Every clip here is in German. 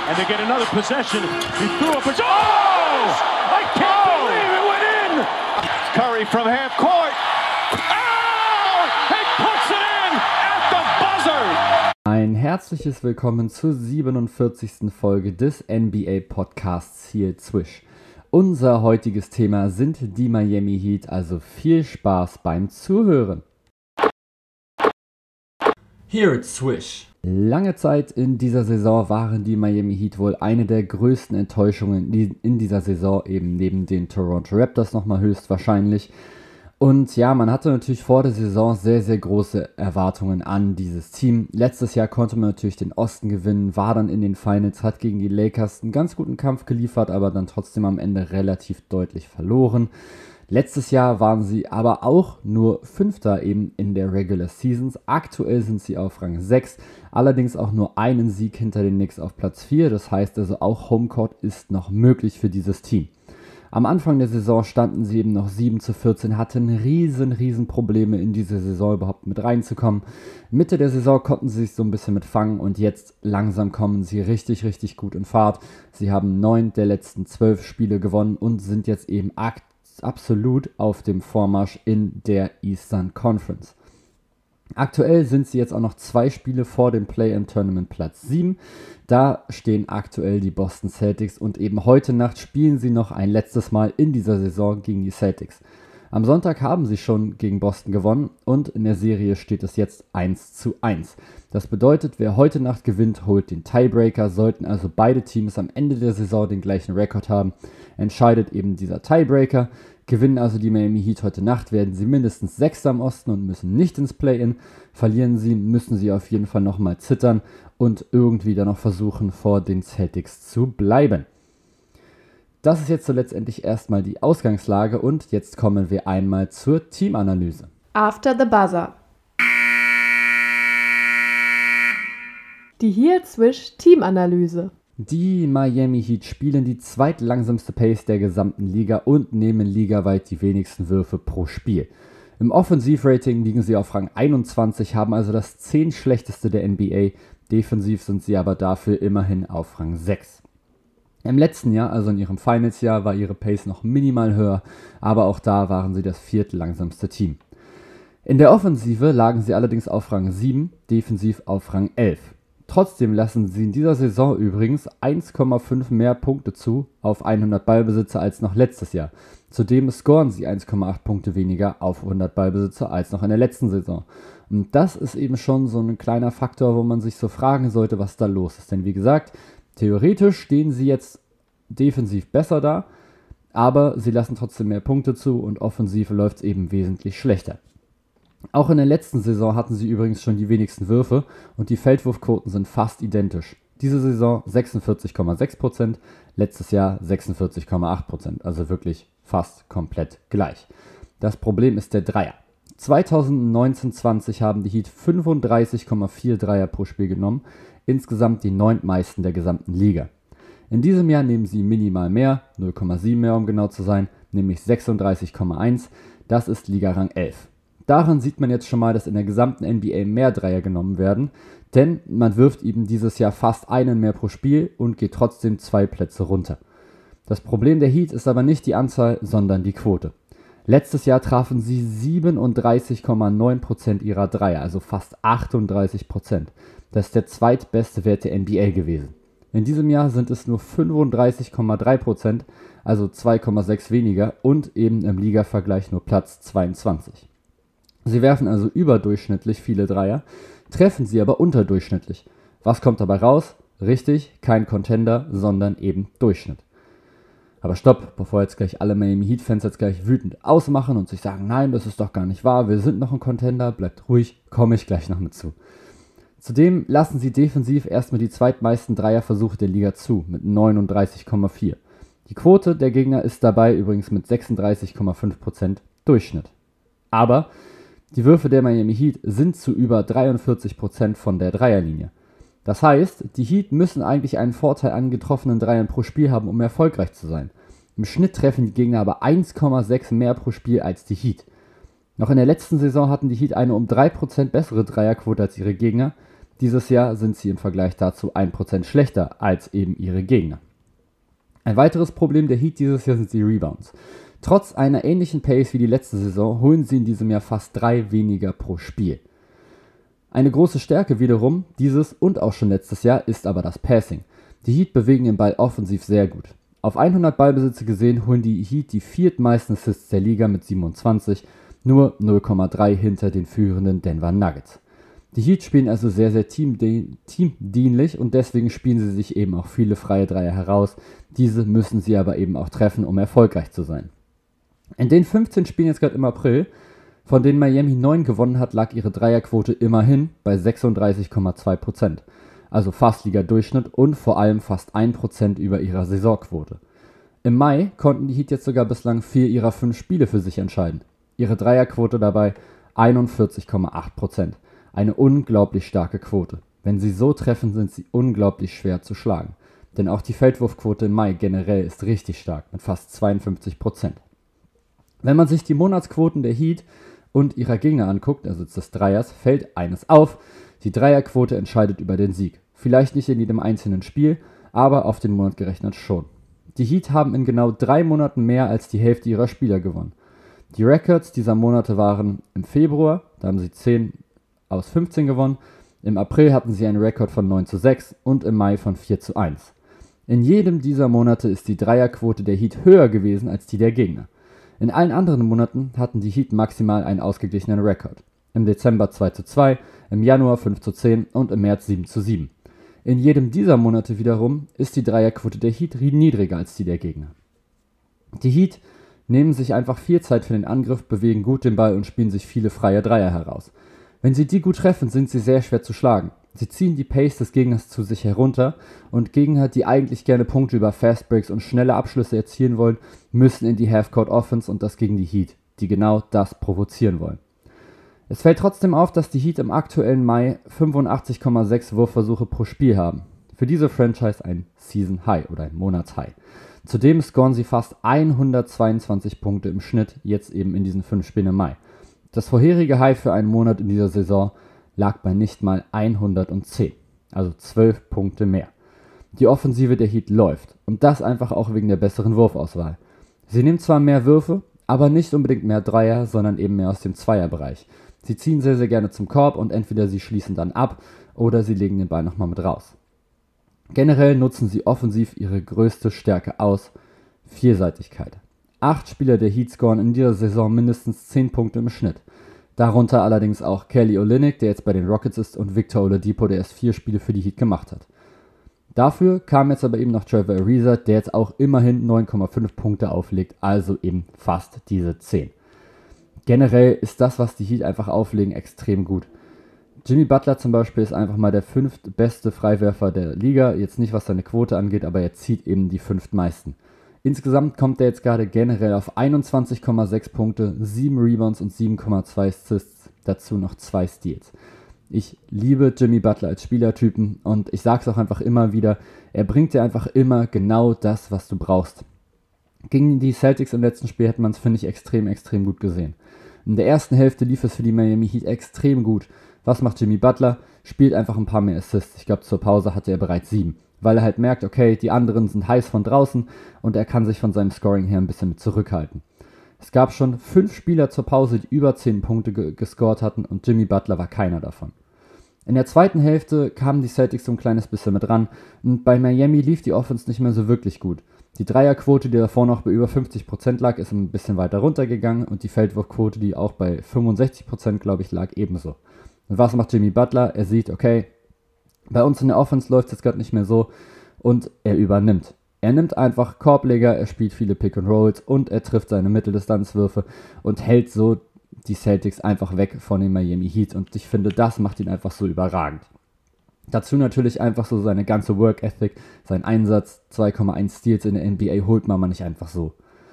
and they get another possession. He threw up a... Oh! I can't believe it went in! Curry from half court. Oh! He puts it in at the buzzer! Ein herzliches Willkommen zur 47. Folge des NBA-Podcasts hier Swish. Unser heutiges Thema sind die Miami Heat, also viel Spaß beim Zuhören. Here at Swish. Lange Zeit in dieser Saison waren die Miami Heat wohl eine der größten Enttäuschungen in dieser Saison, eben neben den Toronto Raptors nochmal höchstwahrscheinlich. Und ja, man hatte natürlich vor der Saison sehr, sehr große Erwartungen an dieses Team. Letztes Jahr konnte man natürlich den Osten gewinnen, war dann in den Finals, hat gegen die Lakers einen ganz guten Kampf geliefert, aber dann trotzdem am Ende relativ deutlich verloren. Letztes Jahr waren sie aber auch nur Fünfter eben in der Regular Seasons. Aktuell sind sie auf Rang 6, allerdings auch nur einen Sieg hinter den Knicks auf Platz 4. Das heißt also auch Homecourt ist noch möglich für dieses Team. Am Anfang der Saison standen sie eben noch 7-14, hatten riesen Probleme in diese Saison überhaupt mit reinzukommen. Mitte der Saison konnten sie sich so ein bisschen mitfangen und jetzt langsam kommen sie richtig gut in Fahrt. Sie haben 9 der letzten 12 Spiele gewonnen und sind jetzt eben absolut auf dem Vormarsch in der Eastern Conference. Aktuell sind sie jetzt auch noch 2 Spiele vor dem Play-in-Tournament Platz 7. Da stehen aktuell die Boston Celtics und eben heute Nacht spielen sie noch ein letztes Mal in dieser Saison gegen die Celtics. Am Sonntag haben sie schon gegen Boston gewonnen und in der Serie steht es jetzt 1:1. Das bedeutet, wer heute Nacht gewinnt, holt den Tiebreaker. Sollten also beide Teams am Ende der Saison den gleichen Rekord haben, entscheidet eben dieser Tiebreaker. Gewinnen also die Miami Heat heute Nacht, werden sie mindestens 6. am Osten und müssen nicht ins Play-In. Verlieren sie, müssen sie auf jeden Fall nochmal zittern und irgendwie dann noch versuchen, vor den Celtics zu bleiben. Das ist jetzt so letztendlich erstmal die Ausgangslage und jetzt kommen wir einmal zur Teamanalyse. After the Buzzer. Die Here at Swish Teamanalyse. Die Miami Heat spielen die zweitlangsamste Pace der gesamten Liga und nehmen ligaweit die wenigsten Würfe pro Spiel. Im Offensivrating liegen sie auf Rang 21, haben also das 10 schlechteste der NBA. Defensiv sind sie aber dafür immerhin auf Rang 6. Im letzten Jahr, also in ihrem Finals-Jahr, war ihre Pace noch minimal höher, aber auch da waren sie das viertlangsamste Team. In der Offensive lagen sie allerdings auf Rang 7, defensiv auf Rang 11. Trotzdem lassen sie in dieser Saison übrigens 1,5 mehr Punkte zu auf 100 Ballbesitzer als noch letztes Jahr. Zudem scoren sie 1,8 Punkte weniger auf 100 Ballbesitzer als noch in der letzten Saison. Und das ist eben schon so ein kleiner Faktor, wo man sich so fragen sollte, was da los ist. Denn wie gesagt, theoretisch stehen sie jetzt defensiv besser da, aber sie lassen trotzdem mehr Punkte zu und offensiv läuft es eben wesentlich schlechter. Auch in der letzten Saison hatten sie übrigens schon die wenigsten Würfe und die Feldwurfquoten sind fast identisch. Diese Saison 46,6%, letztes Jahr 46,8%, also wirklich fast komplett gleich. Das Problem ist der Dreier. 2019-20 haben die Heat 35,4 Dreier pro Spiel genommen, insgesamt die 9. meisten der gesamten Liga. In diesem Jahr nehmen sie minimal mehr, 0,7 mehr um genau zu sein, nämlich 36,1, das ist Liga-Rang 11. Daran sieht man jetzt schon mal, dass in der gesamten NBA mehr Dreier genommen werden, denn man wirft eben dieses Jahr fast einen mehr pro Spiel und geht trotzdem 2 Plätze runter. Das Problem der Heat ist aber nicht die Anzahl, sondern die Quote. Letztes Jahr trafen sie 37,9% ihrer Dreier, also fast 38%. Das ist der zweitbeste Wert der NBA gewesen. In diesem Jahr sind es nur 35,3%, also 2,6 weniger und eben im Liga-Vergleich nur Platz 22. Sie werfen also überdurchschnittlich viele Dreier, treffen sie aber unterdurchschnittlich. Was kommt dabei raus? Richtig, kein Contender, sondern eben Durchschnitt. Aber stopp, bevor jetzt gleich alle Miami Heat-Fans jetzt gleich wütend ausmachen und sich sagen, nein, das ist doch gar nicht wahr, wir sind noch ein Contender, bleibt ruhig, komme ich gleich noch mit zu. Zudem lassen sie defensiv erstmal die zweitmeisten Dreierversuche der Liga zu, mit 39,4. Die Quote der Gegner ist dabei übrigens mit 36,5% Durchschnitt. Aber die Würfe der Miami Heat sind zu über 43% von der Dreierlinie. Das heißt, die Heat müssen eigentlich einen Vorteil an getroffenen Dreiern pro Spiel haben, um erfolgreich zu sein. Im Schnitt treffen die Gegner aber 1,6 mehr pro Spiel als die Heat. Noch in der letzten Saison hatten die Heat eine um 3% bessere Dreierquote als ihre Gegner. Dieses Jahr sind sie im Vergleich dazu 1% schlechter als eben ihre Gegner. Ein weiteres Problem der Heat dieses Jahr sind die Rebounds. Trotz einer ähnlichen Pace wie die letzte Saison holen sie in diesem Jahr fast 3 weniger pro Spiel. Eine große Stärke wiederum dieses und auch schon letztes Jahr ist aber das Passing. Die Heat bewegen den Ball offensiv sehr gut. Auf 100 Ballbesitze gesehen holen die Heat die viertmeisten Assists der Liga mit 27, nur 0,3 hinter den führenden Denver Nuggets. Die Heat spielen also sehr, sehr teamdienlich und deswegen spielen sie sich eben auch viele freie Dreier heraus. Diese müssen sie aber eben auch treffen, um erfolgreich zu sein. In den 15 Spielen jetzt gerade im April, von denen Miami 9 gewonnen hat, lag ihre Dreierquote immerhin bei 36,2%. Also fast Liga-Durchschnitt und vor allem fast 1% über ihrer Saisonquote. Im Mai konnten die Heat jetzt sogar bislang 4 ihrer 5 Spiele für sich entscheiden. Ihre Dreierquote dabei 41,8%. Eine unglaublich starke Quote. Wenn sie so treffen, sind sie unglaublich schwer zu schlagen. Denn auch die Feldwurfquote im Mai generell ist richtig stark, mit fast 52%. Wenn man sich die Monatsquoten der Heat und ihrer Gegner anguckt, also des Dreiers, fällt eines auf: Die Dreierquote entscheidet über den Sieg. Vielleicht nicht in jedem einzelnen Spiel, aber auf den Monat gerechnet schon. Die Heat haben in genau 3 Monaten mehr als die Hälfte ihrer Spieler gewonnen. Die Records dieser Monate waren im Februar, da haben sie 10 aus 15 gewonnen, im April hatten sie einen Rekord von 9:6 und im Mai von 4:1. In jedem dieser Monate ist die Dreierquote der Heat höher gewesen als die der Gegner. In allen anderen Monaten hatten die Heat maximal einen ausgeglichenen Rekord. Im Dezember 2:2, im Januar 5:10 und im März 7:7. In jedem dieser Monate wiederum ist die Dreierquote der Heat niedriger als die der Gegner. Die Heat nehmen sich einfach viel Zeit für den Angriff, bewegen gut den Ball und spielen sich viele freie Dreier heraus. Wenn sie die gut treffen, sind sie sehr schwer zu schlagen. Sie ziehen die Pace des Gegners zu sich herunter und Gegner, die eigentlich gerne Punkte über Fastbreaks und schnelle Abschlüsse erzielen wollen, müssen in die Half-Court Offense und das gegen die Heat, die genau das provozieren wollen. Es fällt trotzdem auf, dass die Heat im aktuellen Mai 85,6 Wurfversuche pro Spiel haben. Für diese Franchise ein Season High oder ein Monats-High. Zudem scoren sie fast 122 Punkte im Schnitt, jetzt eben in diesen 5 Spielen im Mai. Das vorherige High für einen Monat in dieser Saison lag bei nicht mal 110, also 12 Punkte mehr. Die Offensive der Heat läuft und das einfach auch wegen der besseren Wurfauswahl. Sie nehmen zwar mehr Würfe, aber nicht unbedingt mehr Dreier, sondern eben mehr aus dem Zweierbereich. Sie ziehen sehr, sehr gerne zum Korb und entweder sie schließen dann ab oder sie legen den Ball nochmal mit raus. Generell nutzen sie offensiv ihre größte Stärke aus: Vielseitigkeit. 8 Spieler der Heat scoren in dieser Saison mindestens 10 Punkte im Schnitt. Darunter allerdings auch Kelly Olynyk, der jetzt bei den Rockets ist, und Victor Oladipo, der erst 4 Spiele für die Heat gemacht hat. Dafür kam jetzt aber eben noch Trevor Ariza, der jetzt auch immerhin 9,5 Punkte auflegt, also eben fast diese 10. Generell ist das, was die Heat einfach auflegen, extrem gut. Jimmy Butler zum Beispiel ist einfach mal der 5. beste Freiwerfer der Liga, jetzt nicht was seine Quote angeht, aber er zieht eben die 5. meisten. Insgesamt kommt er jetzt gerade generell auf 21,6 Punkte, 7 Rebounds und 7,2 Assists, dazu noch 2 Steals. Ich liebe Jimmy Butler als Spielertypen und ich sage es auch einfach immer wieder, er bringt dir einfach immer genau das, was du brauchst. Gegen die Celtics im letzten Spiel hat man es, finde ich, extrem gut gesehen. In der ersten Hälfte lief es für die Miami Heat extrem gut. Was macht Jimmy Butler? Spielt einfach ein paar mehr Assists. Ich glaube, zur Pause hatte er bereits 7. Weil er halt merkt, okay, die anderen sind heiß von draußen und er kann sich von seinem Scoring her ein bisschen mit zurückhalten. Es gab schon 5 Spieler zur Pause, die über 10 Punkte gescored hatten und Jimmy Butler war keiner davon. In der zweiten Hälfte kamen die Celtics so ein kleines bisschen mit ran und bei Miami lief die Offense nicht mehr so wirklich gut. Die Dreierquote, die davor noch bei über 50% lag, ist ein bisschen weiter runtergegangen und die Feldwurfquote, die auch bei 65%, glaube ich, lag, ebenso. Und was macht Jimmy Butler? Er sieht, okay, bei uns in der Offense läuft es jetzt gerade nicht mehr so und er übernimmt. Er nimmt einfach Korbleger, er spielt viele Pick-and-Rolls und er trifft seine Mitteldistanzwürfe und hält so die Celtics einfach weg von den Miami Heat und ich finde, das macht ihn einfach so überragend. Dazu natürlich einfach so seine ganze Work Ethic, sein Einsatz, 2,1 Steals in der NBA holt man nicht einfach so.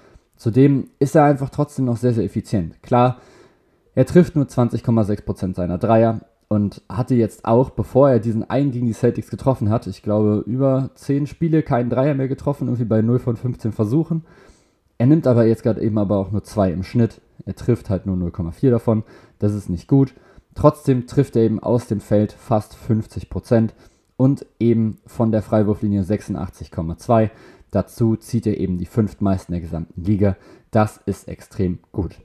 Zudem ist er einfach trotzdem noch sehr, sehr effizient. Klar, er trifft nur 20,6% seiner Dreier und hatte jetzt auch, bevor er diesen einen gegen die Celtics getroffen hat, ich glaube über 10 Spiele keinen Dreier mehr getroffen, irgendwie bei 0 von 15 Versuchen. Er nimmt aber jetzt gerade eben aber auch nur 2 im Schnitt. Er trifft halt nur 0,4 davon. Das ist nicht gut. Trotzdem trifft er eben aus dem Feld fast 50% und eben von der Freiwurflinie 86,2. Dazu zieht er eben die 5. meisten der gesamten Liga. Das ist extrem gut.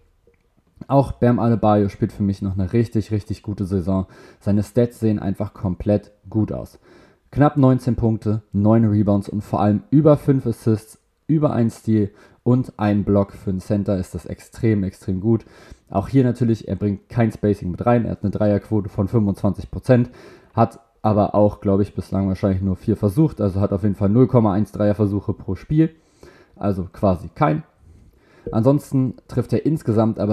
Auch Bam Adebayo spielt für mich noch eine richtig, richtig gute Saison. Seine Stats sehen einfach komplett gut aus. Knapp 19 Punkte, 9 Rebounds und vor allem über 5 Assists, über 1 Steal und ein Block für einen Center ist das extrem, extrem gut. Auch hier natürlich, er bringt kein Spacing mit rein. Er hat eine Dreierquote von 25%, hat aber auch, glaube ich, bislang wahrscheinlich nur 4 versucht. Also hat auf jeden Fall 0,1 Dreierversuche pro Spiel. Also quasi kein. Ansonsten trifft er insgesamt aber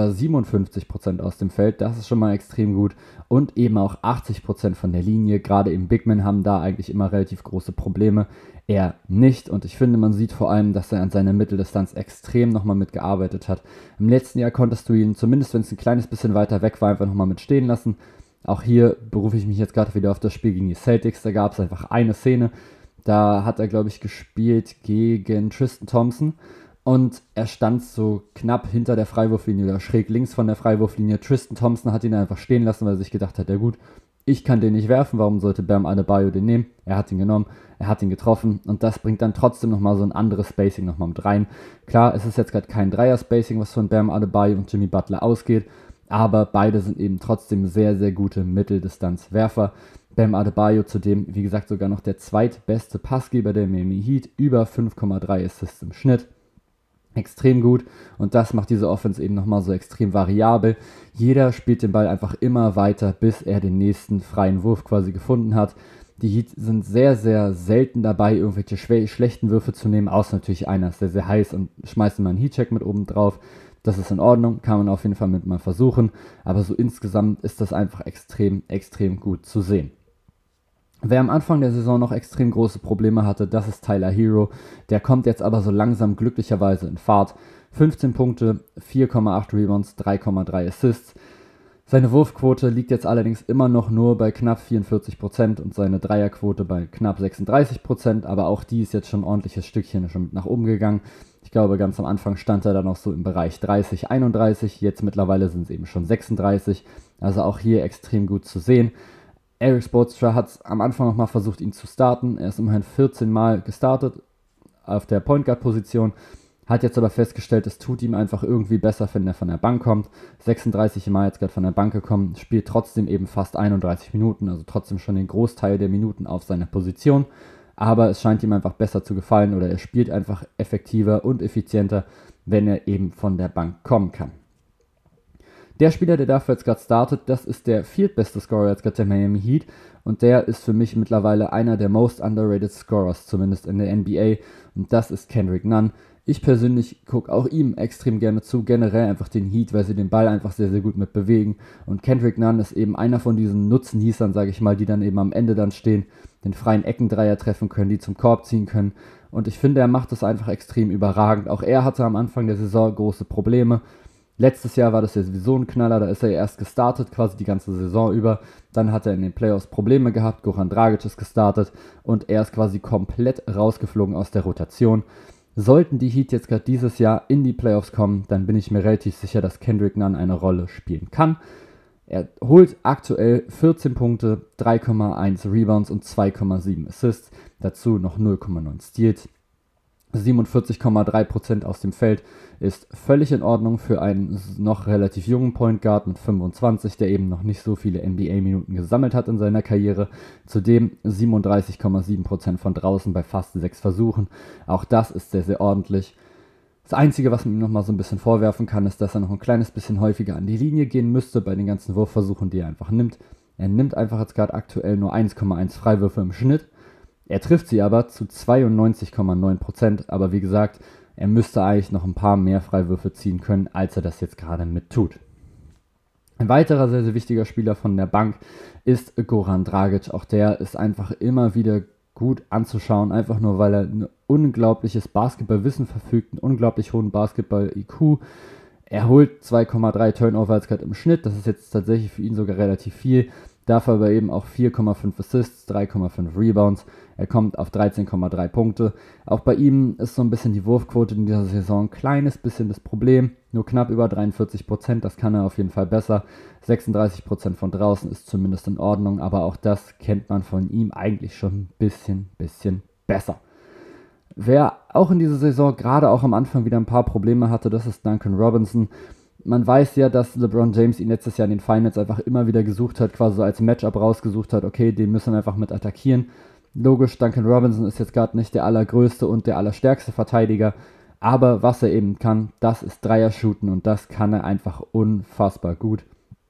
57% aus dem Feld. Das ist schon mal extrem gut. Und eben auch 80% von der Linie. Gerade im Big Men haben da eigentlich immer relativ große Probleme. Er nicht. Und ich finde, man sieht vor allem, dass er an seiner Mitteldistanz extrem nochmal mitgearbeitet hat. Im letzten Jahr konntest du ihn, zumindest wenn es ein kleines bisschen weiter weg war, einfach nochmal mit stehen lassen. Auch hier berufe ich mich jetzt gerade wieder auf das Spiel gegen die Celtics. Da gab es einfach eine Szene. Da hat er, glaube ich, gespielt gegen Tristan Thompson. Und er stand so knapp hinter der Freiwurflinie oder schräg links von der Freiwurflinie. Tristan Thompson hat ihn einfach stehen lassen, weil er sich gedacht hat, ja gut, ich kann den nicht werfen, warum sollte Bam Adebayo den nehmen? Er hat ihn genommen, er hat ihn getroffen und das bringt dann trotzdem nochmal so ein anderes Spacing nochmal mit rein. Klar, es ist jetzt gerade kein Dreier-Spacing, was von Bam Adebayo und Jimmy Butler ausgeht, aber beide sind eben trotzdem sehr, sehr gute Mitteldistanzwerfer. Bam Adebayo zudem, wie gesagt, sogar noch der zweitbeste Passgeber der Miami Heat, über 5,3 Assists im Schnitt. Extrem gut und das macht diese Offense eben nochmal so extrem variabel. Jeder spielt den Ball einfach immer weiter, bis er den nächsten freien Wurf quasi gefunden hat. Die Heat sind sehr, sehr selten dabei, irgendwelche schlechten Würfe zu nehmen, außer natürlich einer ist sehr, sehr heiß und schmeißt mal einen Heatcheck mit oben drauf. Das ist in Ordnung, kann man auf jeden Fall mit mal versuchen, aber so insgesamt ist das einfach extrem, extrem gut zu sehen. Wer am Anfang der Saison noch extrem große Probleme hatte, das ist Tyler Hero. Der kommt jetzt aber so langsam glücklicherweise in Fahrt. 15 Punkte, 4,8 Rebounds, 3,3 Assists. Seine Wurfquote liegt jetzt allerdings immer noch nur bei knapp 44% und seine Dreierquote bei knapp 36%, aber auch die ist jetzt schon ein ordentliches Stückchen schon nach oben gegangen. Ich glaube, ganz am Anfang stand er dann noch so im Bereich 30, 31, jetzt mittlerweile sind es eben schon 36, also auch hier extrem gut zu sehen. Erik Spoelstra hat am Anfang nochmal versucht, ihn zu starten. Er ist immerhin 14 Mal gestartet auf der Point Guard Position, hat jetzt aber festgestellt, es tut ihm einfach irgendwie besser, wenn er von der Bank kommt. 36 Mal jetzt gerade von der Bank gekommen, spielt trotzdem eben fast 31 Minuten, also trotzdem schon den Großteil der Minuten auf seiner Position. Aber es scheint ihm einfach besser zu gefallen oder er spielt einfach effektiver und effizienter, wenn er eben von der Bank kommen kann. Der Spieler, der dafür jetzt gerade startet, das ist der viertbeste Scorer jetzt gerade der Miami Heat und der ist für mich mittlerweile einer der most underrated Scorers, zumindest in der NBA, und das ist Kendrick Nunn. Ich persönlich gucke auch ihm extrem gerne zu, generell einfach den Heat, weil sie den Ball einfach sehr, sehr gut mit bewegen, und Kendrick Nunn ist eben einer von diesen Nutzenhiesern, sage ich mal, die dann eben am Ende dann stehen, den freien Eckendreier treffen können, die zum Korb ziehen können, und ich finde, er macht das einfach extrem überragend. Auch er hatte am Anfang der Saison große Probleme. Letztes Jahr war das ja sowieso ein Knaller, da ist er erst gestartet, quasi die ganze Saison über. Dann hat er in den Playoffs Probleme gehabt, Goran Dragic ist gestartet und er ist quasi komplett rausgeflogen aus der Rotation. Sollten die Heat jetzt gerade dieses Jahr in die Playoffs kommen, dann bin ich mir relativ sicher, dass Kendrick Nunn eine Rolle spielen kann. Er holt aktuell 14 Punkte, 3,1 Rebounds und 2,7 Assists, dazu noch 0,9 Steals. 47,3% aus dem Feld ist völlig in Ordnung für einen noch relativ jungen Point Guard mit 25, der eben noch nicht so viele NBA-Minuten gesammelt hat in seiner Karriere. Zudem 37,7% von draußen bei fast 6 Versuchen. Auch das ist sehr, sehr ordentlich. Das Einzige, was man ihm nochmal so ein bisschen vorwerfen kann, ist, dass er noch ein kleines bisschen häufiger an die Linie gehen müsste bei den ganzen Wurfversuchen, die er einfach nimmt. Er nimmt einfach jetzt gerade aktuell nur 1,1 Freiwürfe im Schnitt. Er trifft sie aber zu 92,9%, aber wie gesagt, er müsste eigentlich noch ein paar mehr Freiwürfe ziehen können, als er das jetzt gerade mit tut. Ein weiterer sehr, sehr wichtiger Spieler von der Bank ist Goran Dragic. Auch der ist einfach immer wieder gut anzuschauen, einfach nur, weil er ein unglaubliches Basketballwissen verfügt, einen unglaublich hohen Basketball-IQ. Er holt 2,3 Turnover jetzt gerade im Schnitt, das ist jetzt tatsächlich für ihn sogar relativ viel. Dafür aber eben auch 4,5 Assists, 3,5 Rebounds. Er kommt auf 13,3 Punkte. Auch bei ihm ist so ein bisschen die Wurfquote in dieser Saison ein kleines bisschen das Problem. Nur knapp über 43%, das kann er auf jeden Fall besser. 36% von draußen ist zumindest in Ordnung, aber auch das kennt man von ihm eigentlich schon ein bisschen besser. Wer auch in dieser Saison gerade auch am Anfang wieder ein paar Probleme hatte, das ist Duncan Robinson. Man weiß ja, dass LeBron James ihn letztes Jahr in den Finals einfach immer wieder gesucht hat, quasi so als Matchup rausgesucht hat, okay, den müssen wir einfach mit attackieren. Logisch, Duncan Robinson ist jetzt gerade nicht der allergrößte und der allerstärkste Verteidiger, aber was er eben kann, das ist Dreier shooten und das kann er einfach unfassbar gut.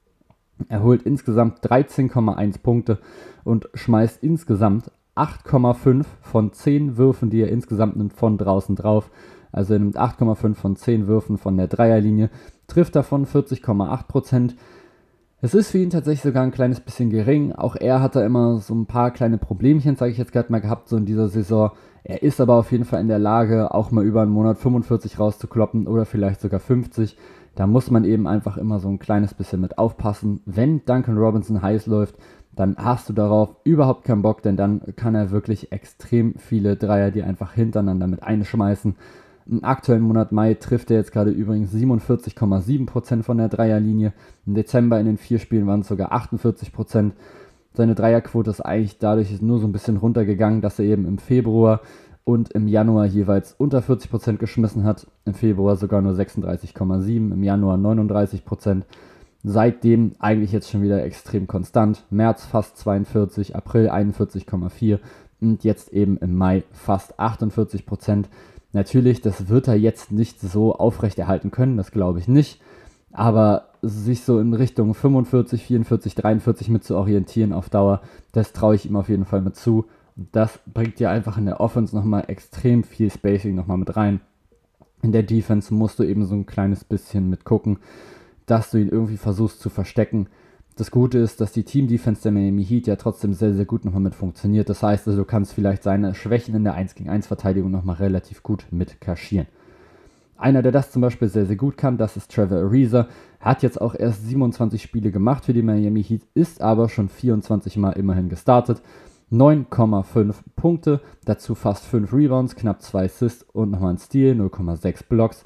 Er holt insgesamt 13,1 Punkte und schmeißt insgesamt 8,5 von 10 Würfen, die er insgesamt nimmt, von draußen drauf. Also er nimmt 8,5 von 10 Würfen von der Dreierlinie, trifft davon 40,8%. Es ist für ihn tatsächlich sogar ein kleines bisschen gering. Auch er hat da immer so ein paar kleine Problemchen, sage ich jetzt gerade mal, gehabt so in dieser Saison. Er ist aber auf jeden Fall in der Lage, auch mal über einen Monat 45 rauszukloppen oder vielleicht sogar 50. Da muss man eben einfach immer so ein kleines bisschen mit aufpassen. Wenn Duncan Robinson heiß läuft, dann hast du darauf überhaupt keinen Bock, denn dann kann er wirklich extrem viele Dreier, die einfach hintereinander mit einschmeißen. Im aktuellen Monat Mai trifft er jetzt gerade übrigens 47,7% von der Dreierlinie. Im Dezember in den 4 Spielen waren es sogar 48%. Seine Dreierquote ist eigentlich dadurch nur so ein bisschen runtergegangen, dass er eben im Februar und im Januar jeweils unter 40% geschmissen hat. Im Februar sogar nur 36,7%, im Januar 39%. Seitdem eigentlich jetzt schon wieder extrem konstant. März fast 42%, April 41,4% und jetzt eben im Mai fast 48%. Natürlich, das wird er jetzt nicht so aufrechterhalten können, das glaube ich nicht. Aber sich so in Richtung 45, 44, 43 mit zu orientieren auf Dauer, das traue ich ihm auf jeden Fall mit zu. Und das bringt dir einfach in der Offense nochmal extrem viel Spacing nochmal mit rein. In der Defense musst du eben so ein kleines bisschen mit gucken, dass du ihn irgendwie versuchst zu verstecken. Das Gute ist, dass die Team-Defense der Miami Heat ja trotzdem sehr, sehr gut nochmal mit funktioniert. Das heißt, also, du kannst vielleicht seine Schwächen in der 1-gegen-1-Verteidigung nochmal relativ gut mit kaschieren. Einer, der das zum Beispiel sehr, sehr gut kann, das ist Trevor Ariza. Er hat jetzt auch erst 27 Spiele gemacht für die Miami Heat, ist aber schon 24 Mal immerhin gestartet. 9,5 Punkte, dazu fast 5 Rebounds, knapp 2 Assists und nochmal ein Steal, 0,6 Blocks.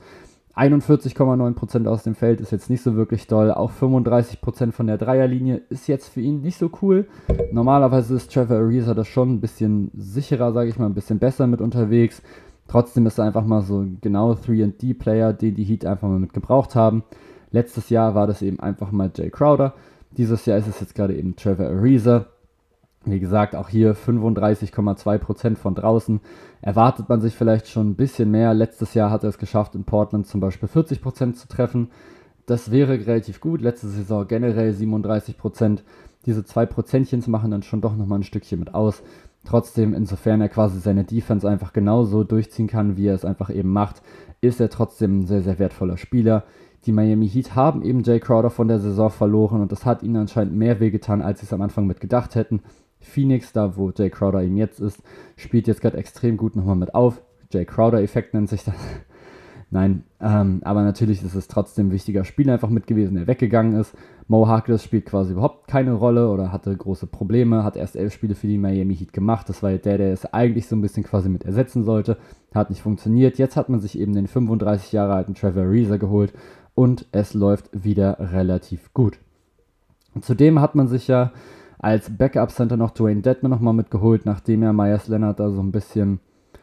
41,9% aus dem Feld ist jetzt nicht so wirklich doll. Auch 35% von der Dreierlinie ist jetzt für ihn nicht so cool. Normalerweise ist Trevor Ariza das schon ein bisschen sicherer, sage ich mal, ein bisschen besser mit unterwegs. Trotzdem ist er einfach mal so genau 3&D-Player, den die Heat einfach mal mit gebraucht haben. Letztes Jahr war das eben einfach mal Jay Crowder. Dieses Jahr ist es jetzt gerade eben Trevor Ariza. Wie gesagt, auch hier 35,2% von draußen. Erwartet man sich vielleicht schon ein bisschen mehr. Letztes Jahr hat er es geschafft, in Portland zum Beispiel 40% zu treffen. Das wäre relativ gut. Letzte Saison generell 37%. Diese 2% machen dann schon doch nochmal ein Stückchen mit aus. Trotzdem, insofern er quasi seine Defense einfach genauso durchziehen kann, wie er es einfach eben macht, ist er trotzdem ein sehr, sehr wertvoller Spieler. Die Miami Heat haben eben Jay Crowder von der Saison verloren und das hat ihnen anscheinend mehr wehgetan, als sie es am Anfang mit gedacht hätten. Phoenix, da wo Jay Crowder eben jetzt ist, spielt jetzt gerade extrem gut nochmal mit auf. Jay Crowder-Effekt nennt sich das. Nein, aber natürlich ist es trotzdem ein wichtiger Spieler einfach mit gewesen, der weggegangen ist. Mo Harkless spielt quasi überhaupt keine Rolle oder hatte große Probleme, hat erst 11 Spiele für die Miami Heat gemacht. Das war ja der es eigentlich so ein bisschen quasi mit ersetzen sollte. Hat nicht funktioniert. Jetzt hat man sich eben den 35 Jahre alten Trevor Ariza geholt und es läuft wieder relativ gut. Und zudem hat man sich ja als Backup-Center noch Dwayne Dedmon nochmal mitgeholt, nachdem er Meyers Leonard da so ein bisschen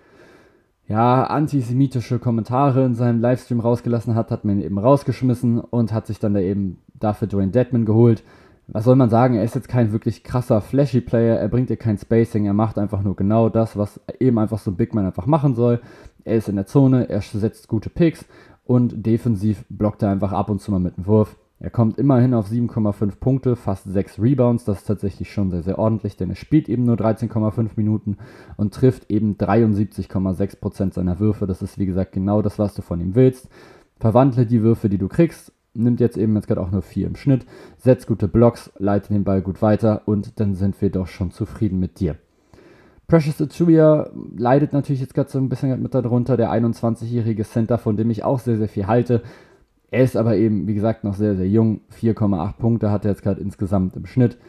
antisemitische Kommentare in seinem Livestream rausgelassen hat man ihn eben rausgeschmissen und hat sich dann da eben dafür Dwayne Dedmon geholt. Was soll man sagen, er ist jetzt kein wirklich krasser Flashy-Player, er bringt dir kein Spacing, er macht einfach nur genau das, was eben einfach so ein Big Man einfach machen soll. Er ist in der Zone, er setzt gute Picks und defensiv blockt er einfach ab und zu mal mit dem Wurf. Er kommt immerhin auf 7,5 Punkte, fast 6 Rebounds, das ist tatsächlich schon sehr, sehr ordentlich, denn er spielt eben nur 13,5 Minuten und trifft eben 73,6% seiner Würfe. Das ist wie gesagt genau das, was du von ihm willst. Verwandle die Würfe, die du kriegst, nimmt jetzt gerade auch nur 4 im Schnitt, setzt gute Blocks, leitet den Ball gut weiter und dann sind wir doch schon zufrieden mit dir. Precious Achiuwa leidet natürlich jetzt gerade so ein bisschen mit darunter, der 21-jährige Center, von dem ich auch sehr, sehr viel halte. Er ist aber eben, wie gesagt, noch sehr, sehr jung. 4,8 Punkte hat er jetzt gerade insgesamt im Schnitt.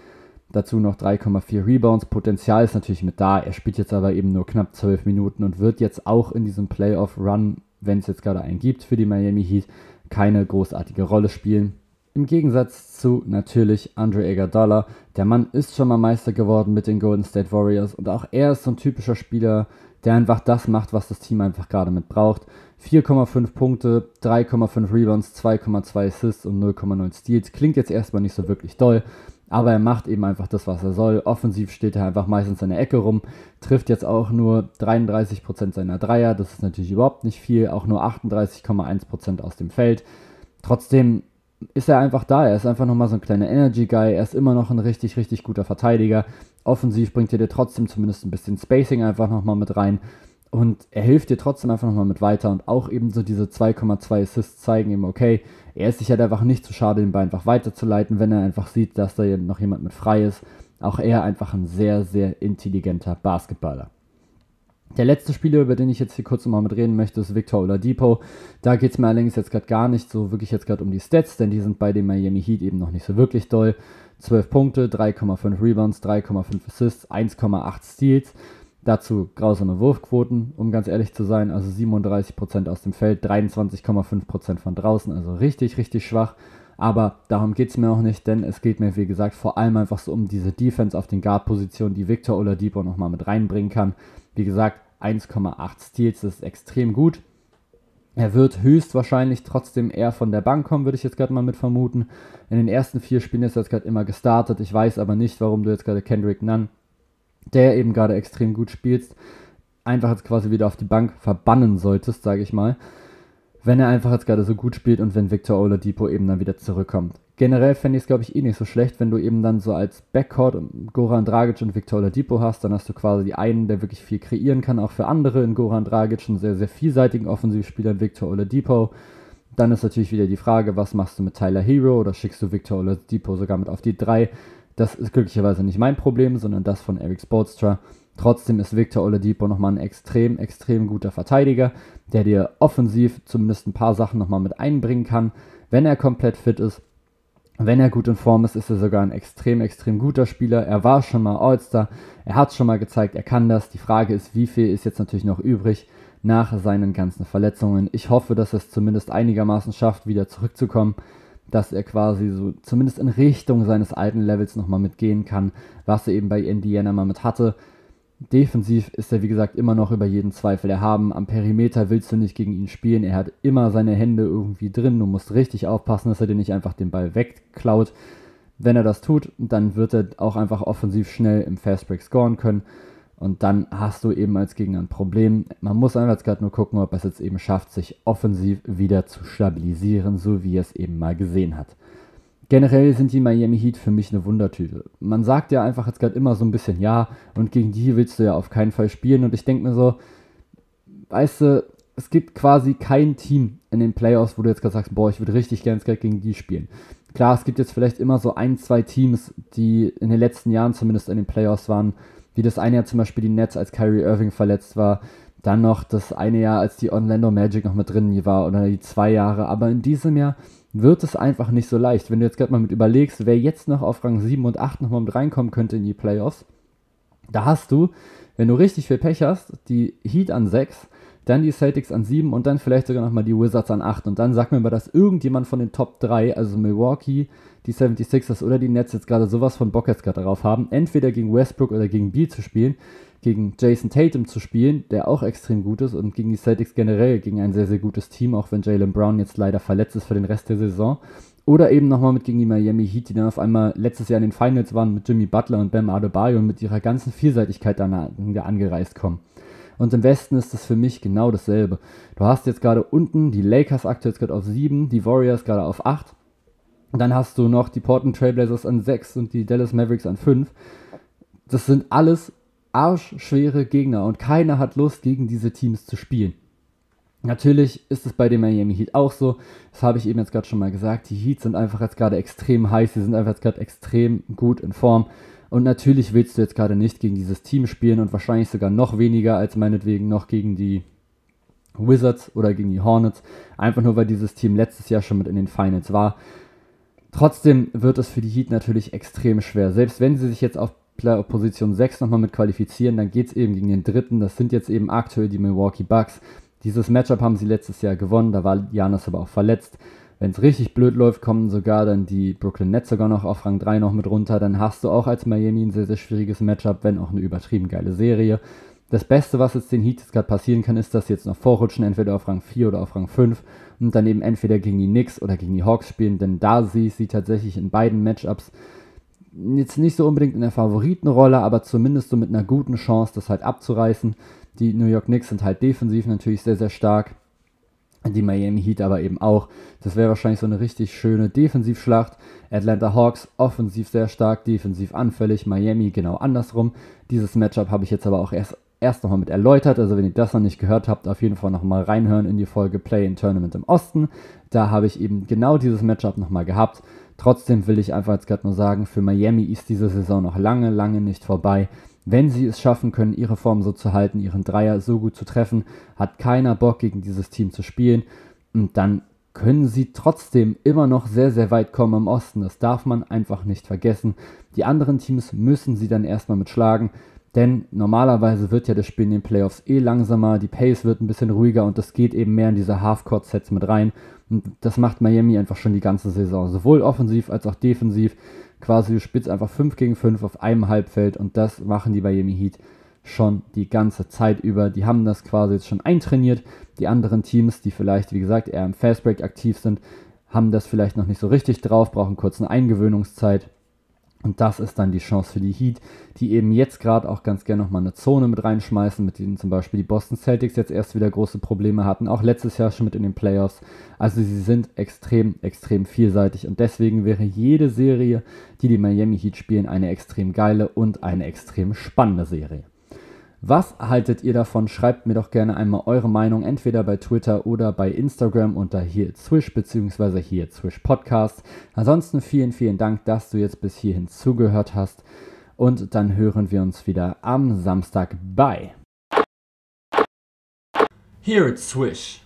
Dazu noch 3,4 Rebounds. Potenzial ist natürlich mit da. Er spielt jetzt aber eben nur knapp 12 Minuten und wird jetzt auch in diesem Playoff-Run, wenn es jetzt gerade einen gibt für die Miami Heat, keine großartige Rolle spielen. Im Gegensatz zu natürlich Andre Iguodala. Der Mann ist schon mal Meister geworden mit den Golden State Warriors und auch er ist so ein typischer Spieler, der einfach das macht, was das Team einfach gerade mit braucht. 4,5 Punkte, 3,5 Rebounds, 2,2 Assists und 0,9 Steals. Klingt jetzt erstmal nicht so wirklich doll, aber er macht eben einfach das, was er soll. Offensiv steht er einfach meistens in der Ecke rum, trifft jetzt auch nur 33% seiner Dreier. Das ist natürlich überhaupt nicht viel, auch nur 38,1% aus dem Feld. Trotzdem ist er einfach da. Er ist einfach nochmal so ein kleiner Energy-Guy. Er ist immer noch ein richtig, richtig guter Verteidiger. Offensiv bringt er dir trotzdem zumindest ein bisschen Spacing einfach nochmal mit rein. Und er hilft dir trotzdem einfach nochmal mit weiter. Und auch eben so diese 2,2 Assists zeigen ihm, okay, er ist sich halt einfach nicht zu schade, den Ball einfach weiterzuleiten, wenn er einfach sieht, dass da noch jemand mit frei ist. Auch er einfach ein sehr, sehr intelligenter Basketballer. Der letzte Spieler, über den ich jetzt hier kurz nochmal mit reden möchte, ist Victor Oladipo. Da geht es mir allerdings jetzt gerade gar nicht so wirklich jetzt gerade um die Stats, denn die sind bei den Miami Heat eben noch nicht so wirklich doll. 12 Punkte, 3,5 Rebounds, 3,5 Assists, 1,8 Steals. Dazu grausame Wurfquoten, um ganz ehrlich zu sein, also 37% aus dem Feld, 23,5% von draußen, also richtig, richtig schwach. Aber darum geht es mir auch nicht, denn es geht mir, wie gesagt, vor allem einfach so um diese Defense auf den Guard-Positionen, die Victor Oladipo nochmal mit reinbringen kann. Wie gesagt, 1,8 Steals, das ist extrem gut. Er wird höchstwahrscheinlich trotzdem eher von der Bank kommen, würde ich jetzt gerade mal mit vermuten. In den ersten 4 Spielen ist er jetzt gerade immer gestartet. Ich weiß aber nicht, warum du jetzt gerade Kendrick Nunn, der eben gerade extrem gut spielst, einfach jetzt quasi wieder auf die Bank verbannen solltest, sage ich mal, wenn er einfach jetzt gerade so gut spielt und wenn Victor Oladipo eben dann wieder zurückkommt. Generell fände ich es, glaube ich, nicht so schlecht, wenn du eben dann so als Backcourt Goran Dragic und Victor Oladipo hast, dann hast du quasi einen, der wirklich viel kreieren kann, auch für andere in Goran Dragic, einen sehr, sehr vielseitigen Offensivspieler in Victor Oladipo. Dann ist natürlich wieder die Frage, was machst du mit Tyler Hero oder schickst du Victor Oladipo sogar mit auf die 3? Das ist glücklicherweise nicht mein Problem, sondern das von Eric Spoelstra. Trotzdem ist Victor Oladipo nochmal ein extrem, extrem guter Verteidiger, der dir offensiv zumindest ein paar Sachen nochmal mit einbringen kann, wenn er komplett fit ist. Wenn er gut in Form ist, ist er sogar ein extrem, extrem guter Spieler. Er war schon mal All-Star, er hat schon mal gezeigt, er kann das. Die Frage ist, wie viel ist jetzt natürlich noch übrig nach seinen ganzen Verletzungen. Ich hoffe, dass er es zumindest einigermaßen schafft, wieder zurückzukommen, dass er quasi so zumindest in Richtung seines alten Levels nochmal mitgehen kann, was er eben bei Indiana mal mit hatte. Defensiv ist er, wie gesagt, immer noch über jeden Zweifel erhaben. Am Perimeter willst du nicht gegen ihn spielen. Er hat immer seine Hände irgendwie drin. Du musst richtig aufpassen, dass er dir nicht einfach den Ball wegklaut. Wenn er das tut, dann wird er auch einfach offensiv schnell im Fastbreak scoren können. Und dann hast du eben als Gegner ein Problem. Man muss einfach jetzt gerade nur gucken, ob er es jetzt eben schafft, sich offensiv wieder zu stabilisieren, so wie er es eben mal gesehen hat. Generell sind die Miami Heat für mich eine Wundertüte. Man sagt ja einfach jetzt gerade immer so ein bisschen, ja, und gegen die willst du ja auf keinen Fall spielen. Und ich denke mir so, weißt du, es gibt quasi kein Team in den Playoffs, wo du jetzt gerade sagst, boah, ich würde richtig gerne gegen die spielen. Klar, es gibt jetzt vielleicht immer so 1, 2 Teams, die in den letzten Jahren zumindest in den Playoffs waren, wie das eine Jahr zum Beispiel die Nets, als Kyrie Irving verletzt war, dann noch das eine Jahr, als die Orlando Magic noch mit drin war, oder die 2 Jahre, aber in diesem Jahr wird es einfach nicht so leicht. Wenn du jetzt gerade mal mit überlegst, wer jetzt noch auf Rang 7 und 8 nochmal mit reinkommen könnte in die Playoffs, da hast du, wenn du richtig viel Pech hast, die Heat an 6, dann die Celtics an 7 und dann vielleicht sogar nochmal die Wizards an 8. Und dann sag mir mal, dass irgendjemand von den Top 3, also Milwaukee, die 76ers oder die Nets jetzt gerade sowas von Bock jetzt gerade darauf haben, entweder gegen Westbrook oder gegen Beal zu spielen, gegen Jason Tatum zu spielen, der auch extrem gut ist, und gegen die Celtics generell, gegen ein sehr, sehr gutes Team, auch wenn Jaylen Brown jetzt leider verletzt ist für den Rest der Saison. Oder eben nochmal mit gegen die Miami Heat, die dann auf einmal letztes Jahr in den Finals waren mit Jimmy Butler und Bam Adebayo und mit ihrer ganzen Vielseitigkeit dann angereist kommen. Und im Westen ist das für mich genau dasselbe. Du hast jetzt gerade unten die Lakers aktuell gerade auf 7, die Warriors gerade auf 8. Und dann hast du noch die Portland Trailblazers an 6 und die Dallas Mavericks an 5. Das sind alles arschschwere Gegner und keiner hat Lust, gegen diese Teams zu spielen. Natürlich ist es bei den Miami Heat auch so, das habe ich eben jetzt gerade schon mal gesagt, die Heat sind einfach jetzt gerade extrem heiß, sie sind einfach jetzt gerade extrem gut in Form und natürlich willst du jetzt gerade nicht gegen dieses Team spielen und wahrscheinlich sogar noch weniger als meinetwegen noch gegen die Wizards oder gegen die Hornets, einfach nur weil dieses Team letztes Jahr schon mit in den Finals war. Trotzdem wird es für die Heat natürlich extrem schwer. Selbst wenn sie sich jetzt auf Position 6 nochmal mit qualifizieren, dann geht es eben gegen den dritten. Das sind jetzt eben aktuell die Milwaukee Bucks. Dieses Matchup haben sie letztes Jahr gewonnen, da war Giannis aber auch verletzt. Wenn es richtig blöd läuft, kommen sogar dann die Brooklyn Nets sogar noch auf Rang 3 noch mit runter. Dann hast du auch als Miami ein sehr, sehr schwieriges Matchup, wenn auch eine übertrieben geile Serie. Das Beste, was jetzt den Heat jetzt gerade passieren kann, ist, dass sie jetzt noch vorrutschen, entweder auf Rang 4 oder auf Rang 5 und dann eben entweder gegen die Knicks oder gegen die Hawks spielen, denn da sehe ich sie tatsächlich in beiden Matchups jetzt nicht so unbedingt in der Favoritenrolle, aber zumindest so mit einer guten Chance, das halt abzureißen. Die New York Knicks sind halt defensiv natürlich sehr, sehr stark, die Miami Heat aber eben auch. Das wäre wahrscheinlich so eine richtig schöne Defensivschlacht. Atlanta Hawks offensiv sehr stark, defensiv anfällig, Miami genau andersrum. Dieses Matchup habe ich jetzt aber auch erst nochmal mit erläutert, also wenn ihr das noch nicht gehört habt, auf jeden Fall nochmal reinhören in die Folge Play-in-Tournament im Osten. Da habe ich eben genau dieses Matchup nochmal gehabt. Trotzdem will ich einfach jetzt gerade nur sagen, für Miami ist diese Saison noch lange, lange nicht vorbei. Wenn sie es schaffen können, ihre Form so zu halten, ihren Dreier so gut zu treffen, hat keiner Bock, gegen dieses Team zu spielen. Und dann können sie trotzdem immer noch sehr, sehr weit kommen im Osten. Das darf man einfach nicht vergessen. Die anderen Teams müssen sie dann erstmal mitschlagen. Denn normalerweise wird ja das Spiel in den Playoffs langsamer, die Pace wird ein bisschen ruhiger und das geht eben mehr in diese Half-Court-Sets mit rein. Und das macht Miami einfach schon die ganze Saison, sowohl offensiv als auch defensiv. Quasi du spielst einfach 5 gegen 5 auf einem Halbfeld und das machen die Miami Heat schon die ganze Zeit über. Die haben das quasi jetzt schon eintrainiert. Die anderen Teams, die vielleicht, wie gesagt, eher im Fastbreak aktiv sind, haben das vielleicht noch nicht so richtig drauf, brauchen kurz eine Eingewöhnungszeit. Und das ist dann die Chance für die Heat, die eben jetzt gerade auch ganz gerne nochmal eine Zone mit reinschmeißen, mit denen zum Beispiel die Boston Celtics jetzt erst wieder große Probleme hatten, auch letztes Jahr schon mit in den Playoffs. Also sie sind extrem, extrem vielseitig und deswegen wäre jede Serie, die die Miami Heat spielen, eine extrem geile und eine extrem spannende Serie. Was haltet ihr davon? Schreibt mir doch gerne einmal eure Meinung, entweder bei Twitter oder bei Instagram unter HereItSwish bzw. HereItSwish Podcast. Ansonsten vielen, vielen Dank, dass du jetzt bis hierhin zugehört hast und dann hören wir uns wieder am Samstag. Bye! HereItSwish.